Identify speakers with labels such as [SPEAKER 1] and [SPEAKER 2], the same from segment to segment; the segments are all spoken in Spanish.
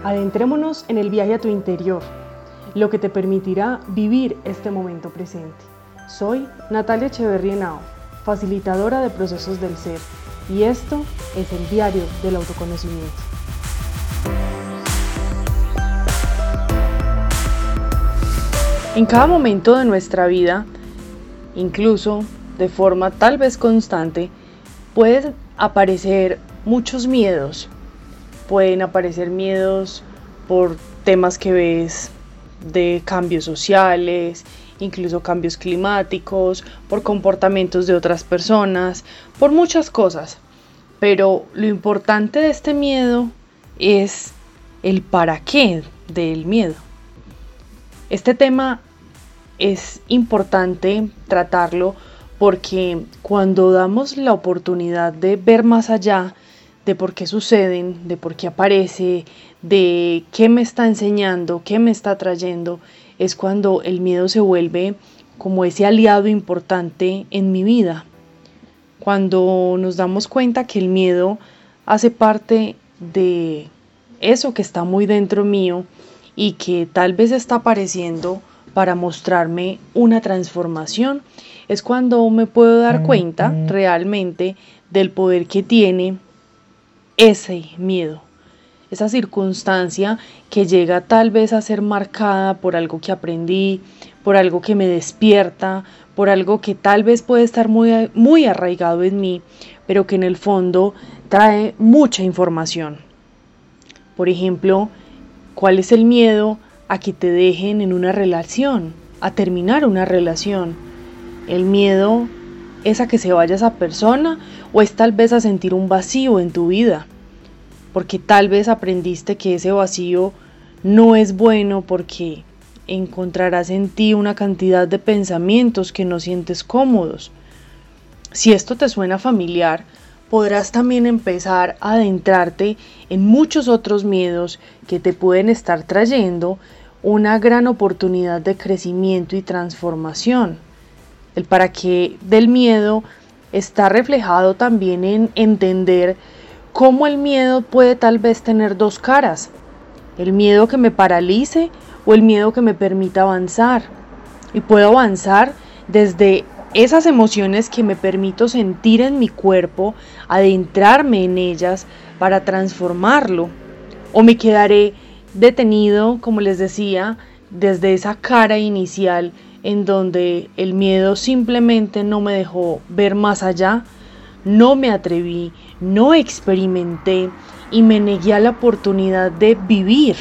[SPEAKER 1] Adentrémonos en el viaje a tu interior, lo que te permitirá vivir este momento presente. Soy Natalia Echeverría Henao, facilitadora de procesos del ser, y esto es el diario del autoconocimiento. En cada momento de nuestra vida, incluso de forma tal vez constante, pueden aparecer muchos miedos. Pueden aparecer miedos por temas que ves de cambios sociales, incluso cambios climáticos, por comportamientos de otras personas, por muchas cosas. Pero lo importante de este miedo es el para qué del miedo. Este tema es importante tratarlo porque cuando damos la oportunidad de ver más allá de por qué suceden, de por qué aparece, de qué me está enseñando, qué me está trayendo, es cuando el miedo se vuelve como ese aliado importante en mi vida. Cuando nos damos cuenta que el miedo hace parte de eso que está muy dentro mío y que tal vez está apareciendo para mostrarme una transformación, es cuando me puedo dar cuenta realmente del poder que tiene ese miedo, esa circunstancia que llega tal vez a ser marcada por algo que aprendí, por algo que me despierta, por algo que tal vez puede estar muy arraigado en mí, pero que en el fondo trae mucha información. Por ejemplo, ¿cuál es el miedo a que te dejen en una relación, a terminar una relación? El miedo es a que se vaya esa persona o es tal vez a sentir un vacío en tu vida, porque tal vez aprendiste que ese vacío no es bueno porque encontrarás en ti una cantidad de pensamientos que no sientes cómodos. Si esto te suena familiar, podrás también empezar a adentrarte en muchos otros miedos que te pueden estar trayendo una gran oportunidad de crecimiento y transformación. El para qué del miedo está reflejado también en entender cómo el miedo puede tal vez tener dos caras. El miedo que me paralice o el miedo que me permita avanzar. Y puedo avanzar desde esas emociones que me permito sentir en mi cuerpo, adentrarme en ellas para transformarlo. O me quedaré detenido, como les decía, desde esa cara inicial en donde el miedo simplemente no me dejó ver más allá, no me atreví, no experimenté y me negué a la oportunidad de vivir.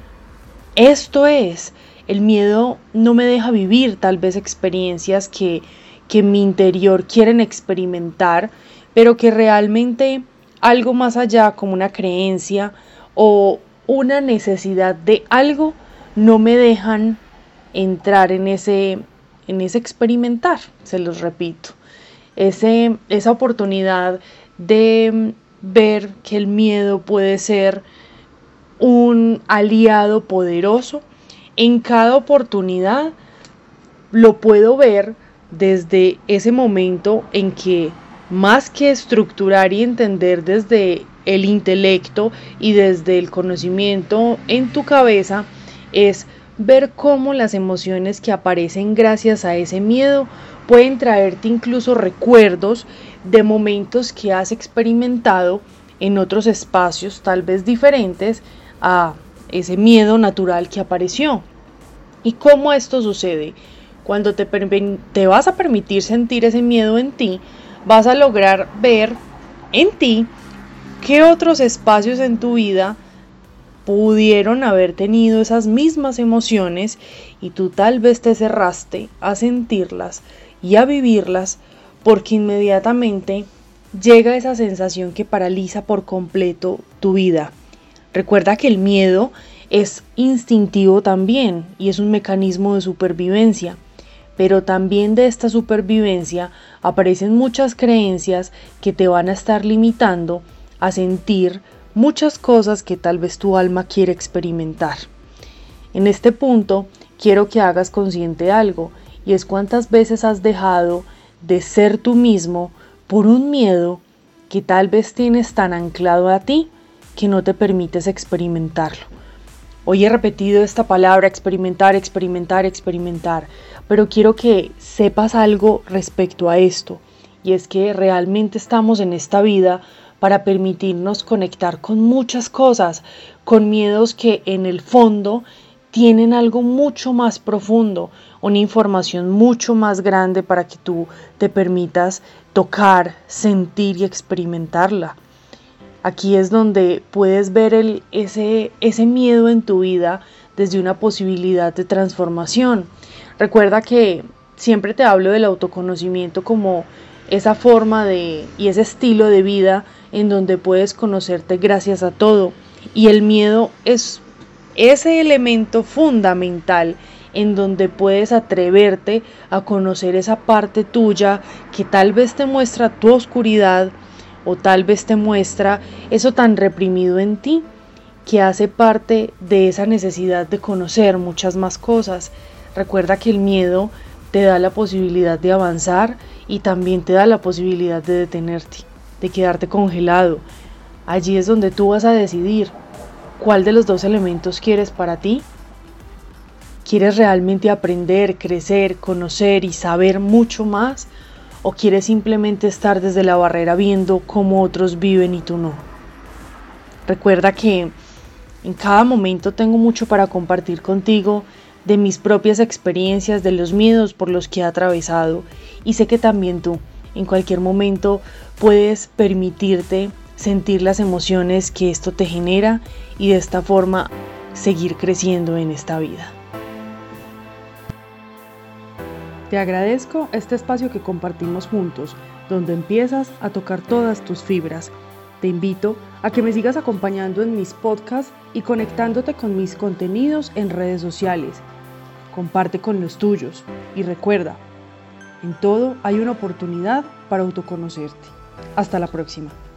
[SPEAKER 1] Esto es, el miedo no me deja vivir tal vez experiencias que en mi interior quieren experimentar, pero que realmente algo más allá, como una creencia o una necesidad de algo, no me dejan entrar en ese experimentar, se los repito. Esa oportunidad de ver que el miedo puede ser un aliado poderoso. En cada oportunidad lo puedo ver desde ese momento en que, más que estructurar y entender desde el intelecto y desde el conocimiento en tu cabeza, es ver cómo las emociones que aparecen gracias a ese miedo pueden traerte incluso recuerdos de momentos que has experimentado en otros espacios tal vez diferentes a ese miedo natural que apareció. ¿Y cómo esto sucede? Cuando te vas a permitir sentir ese miedo en ti, vas a lograr ver en ti qué otros espacios en tu vida pudieron haber tenido esas mismas emociones y tú tal vez te cerraste a sentirlas y a vivirlas porque inmediatamente llega esa sensación que paraliza por completo tu vida. Recuerda que el miedo es instintivo también y es un mecanismo de supervivencia, pero también de esta supervivencia aparecen muchas creencias que te van a estar limitando a sentir muchas cosas que tal vez tu alma quiere experimentar. En este punto quiero que hagas consciente de algo, y es cuántas veces has dejado de ser tú mismo por un miedo que tal vez tienes tan anclado a ti que no te permites experimentarlo. Hoy he repetido esta palabra, experimentar, experimentar, experimentar, pero quiero que sepas algo respecto a esto, y es que realmente estamos en esta vida para permitirnos conectar con muchas cosas, con miedos que en el fondo tienen algo mucho más profundo, una información mucho más grande para que tú te permitas tocar, sentir y experimentarla. Aquí es donde puedes ver ese miedo en tu vida desde una posibilidad de transformación. Recuerda que siempre te hablo del autoconocimiento como esa forma y ese estilo de vida en donde puedes conocerte gracias a todo. Y el miedo es ese elemento fundamental en donde puedes atreverte a conocer esa parte tuya que tal vez te muestra tu oscuridad o tal vez te muestra eso tan reprimido en ti que hace parte de esa necesidad de conocer muchas más cosas. Recuerda que el miedo te da la posibilidad de avanzar y también te da la posibilidad de detenerte, de quedarte congelado. Allí es donde tú vas a decidir cuál de los dos elementos quieres para ti. ¿Quieres realmente aprender, crecer, conocer y saber mucho más? ¿O quieres simplemente estar desde la barrera viendo cómo otros viven y tú no? Recuerda que en cada momento tengo mucho para compartir contigo de mis propias experiencias, de los miedos por los que he atravesado, y sé que también tú en cualquier momento puedes permitirte sentir las emociones que esto te genera y de esta forma seguir creciendo en esta vida. Te agradezco este espacio que compartimos juntos, donde empiezas a tocar todas tus fibras. Te invito a que me sigas acompañando en mis podcasts y conectándote con mis contenidos en redes sociales. Comparte con los tuyos y recuerda, en todo hay una oportunidad para autoconocerte. Hasta la próxima.